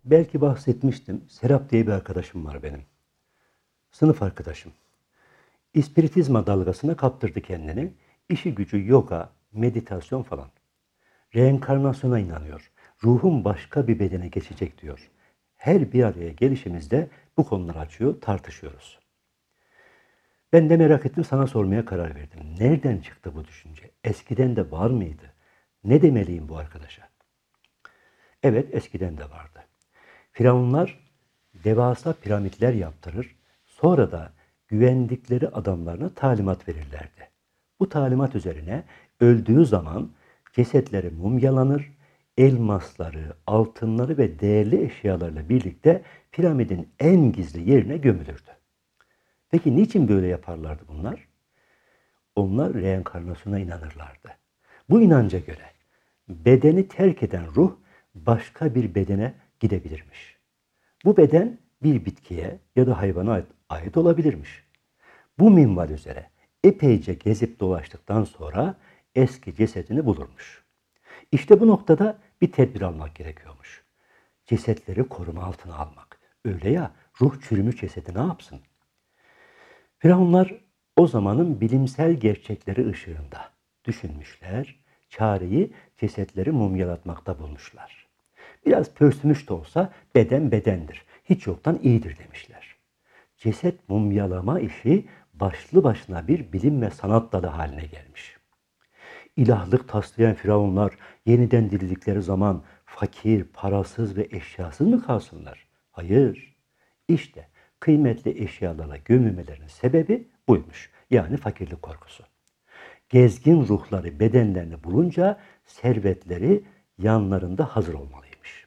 Belki bahsetmiştim. Serap diye bir arkadaşım var benim. Sınıf arkadaşım. İspiritizma dalgasına kaptırdı kendini. İşi gücü yoga, meditasyon falan. Reenkarnasyona inanıyor. Ruhum başka bir bedene geçecek diyor. Her bir araya gelişimizde bu konuları açıyor, tartışıyoruz. Ben de merak ettim, sana sormaya karar verdim. Nereden çıktı bu düşünce? Eskiden de var mıydı? Ne demeliyim bu arkadaşa? Evet, eskiden de vardı. Firavunlar devasa piramitler yaptırır, sonra da güvendikleri adamlarına talimat verirlerdi. Bu talimat üzerine öldüğü zaman cesetleri mumyalanır, elmasları, altınları ve değerli eşyalarla birlikte piramidin en gizli yerine gömülürdü. Peki niçin böyle yaparlardı bunlar? Onlar reenkarnasyona inanırlardı. Bu inanca göre bedeni terk eden ruh başka bir bedene gidebilirmiş. Bu beden bir bitkiye ya da hayvana ait olabilirmiş. Bu minval üzere epeyce gezip dolaştıktan sonra eski cesedini bulurmuş. İşte bu noktada bir tedbir almak gerekiyormuş. Cesetleri koruma altına almak. Öyle ya, ruh çürümüş cesedi ne yapsın? Firavunlar o zamanın bilimsel gerçekleri ışığında düşünmüşler, çareyi cesetleri mumyalatmakta bulmuşlar. Biraz pörsümüş de olsa beden bedendir, hiç yoktan iyidir demişler. Ceset mumyalama işi başlı başına bir bilim ve sanat dalı haline gelmiş. İlahlık taslayan firavunlar yeniden dirildikleri zaman fakir, parasız ve eşyasız mı kalsınlar? Hayır. İşte kıymetli eşyalarla gömülmelerinin sebebi buymuş. Yani fakirlik korkusu. Gezgin ruhları bedenlerini bulunca servetleri yanlarında hazır olmalıymış.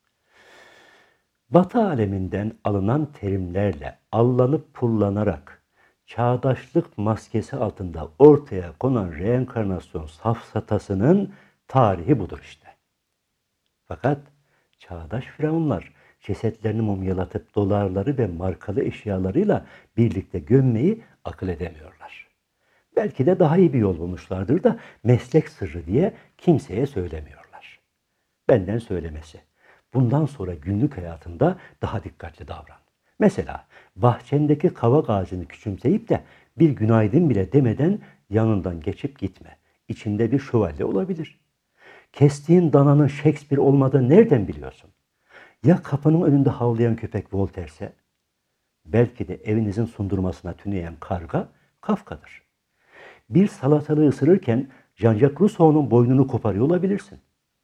Batı aleminden alınan terimlerle allanıp pullanarak çağdaşlık maskesi altında ortaya konan reenkarnasyon safsatasının tarihi budur işte. Fakat çağdaş firavunlar cesetlerini mumyalatıp dolarları ve markalı eşyalarıyla birlikte gömmeyi akıl edemiyorlar. Belki de daha iyi bir yol bulmuşlardır da meslek sırrı diye kimseye söylemiyorlar. Benden söylemesi. Bundan sonra günlük hayatında daha dikkatli davran. Mesela bahçendeki kavak ağacını küçümseyip de bir günaydın bile demeden yanından geçip gitme. İçinde bir şövalye olabilir. Kestiğin dananın Shakespeare olmadığını nereden biliyorsun? Ya kapının önünde havlayan köpek Voltaire'se? Belki de evinizin sundurmasına tüneyen karga Kafka'dır. Bir salatalığı ısırırken Jean-Jacques Rousseau'nun boynunu koparıyor olabilirsin.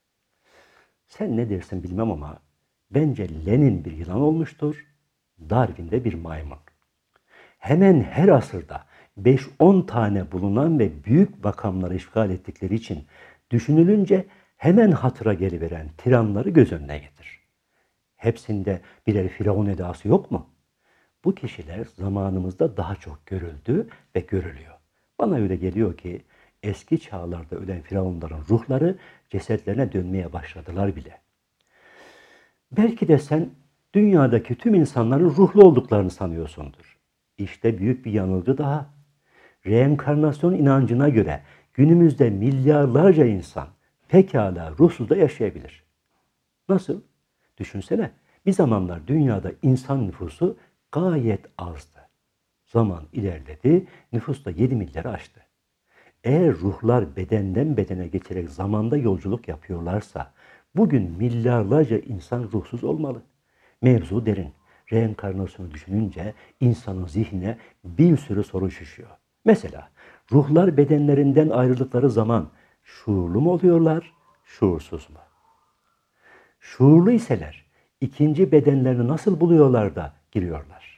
Sen ne dersin bilmem ama bence Lenin bir yılan olmuştur, Darwin de bir maymun. Hemen her asırda 5-10 tane bulunan ve büyük makamları işgal ettikleri için düşünülünce hemen hatıra geliveren tiranları göz önüne getir. Hepsinde birer firavun edası yok mu? Bu kişiler zamanımızda daha çok görüldü ve görülüyor. Bana öyle geliyor ki eski çağlarda ölen firavunların ruhları cesetlerine dönmeye başladılar bile. Belki de sen dünyadaki tüm insanların ruhlu olduklarını sanıyorsundur. İşte büyük bir yanılgı daha. Reenkarnasyon inancına göre günümüzde milyarlarca insan pekala ruhsuz da yaşayabilir. Nasıl? Düşünsene, bir zamanlar dünyada insan nüfusu gayet azdı. Zaman ilerledi, nüfus da 7 milyarı aştı. Eğer ruhlar bedenden bedene geçerek zamanda yolculuk yapıyorlarsa, bugün milyarlarca insan ruhsuz olmalı. Mevzu derin. Reenkarnasyonu düşününce insanın zihnine bir sürü soru şişiyor. Mesela ruhlar bedenlerinden ayrıldıkları zaman şuurlu mu oluyorlar, şuursuz mu? Şuurlu iseler ikinci bedenlerini nasıl buluyorlar da giriyorlar?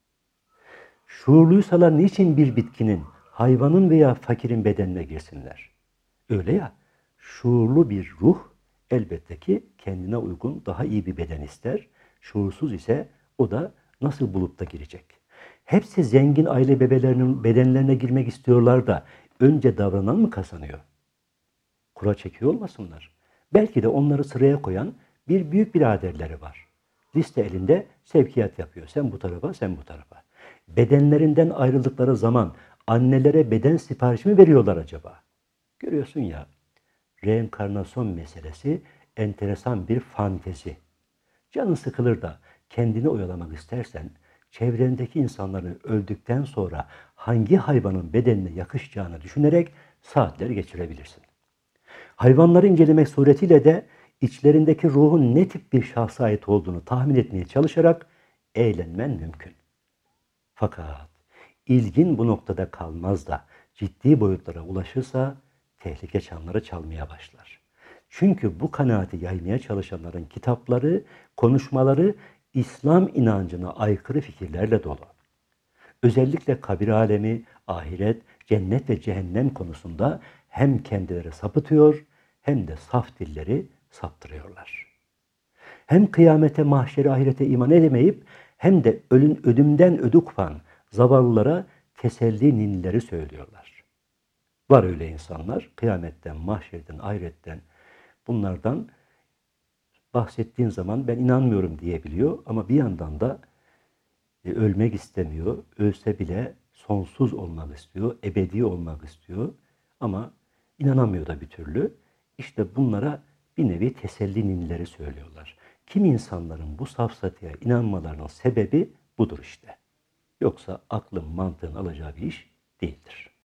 Şuurluysalar niçin bir bitkinin, hayvanın veya fakirin bedenine girsinler? Öyle ya, şuurlu bir ruh elbette ki kendine uygun daha iyi bir beden ister. Şuursuz ise o da nasıl bulup da girecek? Hepsi zengin aile bebelerinin bedenlerine girmek istiyorlar da önce davranan mı kazanıyor? Kura çekiyor olmasınlar. Belki de onları sıraya koyan bir büyük biraderleri var. Liste elinde sevkiyat yapıyor. Sen bu tarafa, sen bu tarafa. Bedenlerinden ayrıldıkları zaman annelere beden siparişi mi veriyorlar acaba? Görüyorsun ya, reenkarnasyon meselesi enteresan bir fantezi. Canın sıkılır da kendini oyalamak istersen, çevrendeki insanların öldükten sonra hangi hayvanın bedenine yakışacağını düşünerek saatler geçirebilirsin. Hayvanları incelemek suretiyle de içlerindeki ruhun ne tip bir şahsa ait olduğunu tahmin etmeye çalışarak eğlenmen mümkün. Fakat ilgin bu noktada kalmaz da ciddi boyutlara ulaşırsa tehlike çanları çalmaya başlar. Çünkü bu kanaati yaymaya çalışanların kitapları, konuşmaları İslam inancına aykırı fikirlerle dolu. Özellikle kabir alemi, ahiret, cennet ve cehennem konusunda hem kendileri sapıtıyor hem de saf dilleri saptırıyorlar. Hem kıyamete, mahşere, ahirete iman edemeyip hem de ölümden ödü kopan zavallılara teselli ninnileri söylüyorlar. Var öyle insanlar, kıyametten, mahşerden, ahiretten, bunlardan bahsettiğin zaman ben inanmıyorum diyebiliyor ama bir yandan da ölmek istemiyor. Ölse bile sonsuz olmak istiyor, ebedi olmak istiyor ama inanamıyor da bir türlü. İşte bunlara bir nevi teselli ninnileri söylüyorlar. Kim insanların bu safsataya inanmalarının sebebi budur işte. Yoksa aklın mantığın alacağı bir iş değildir.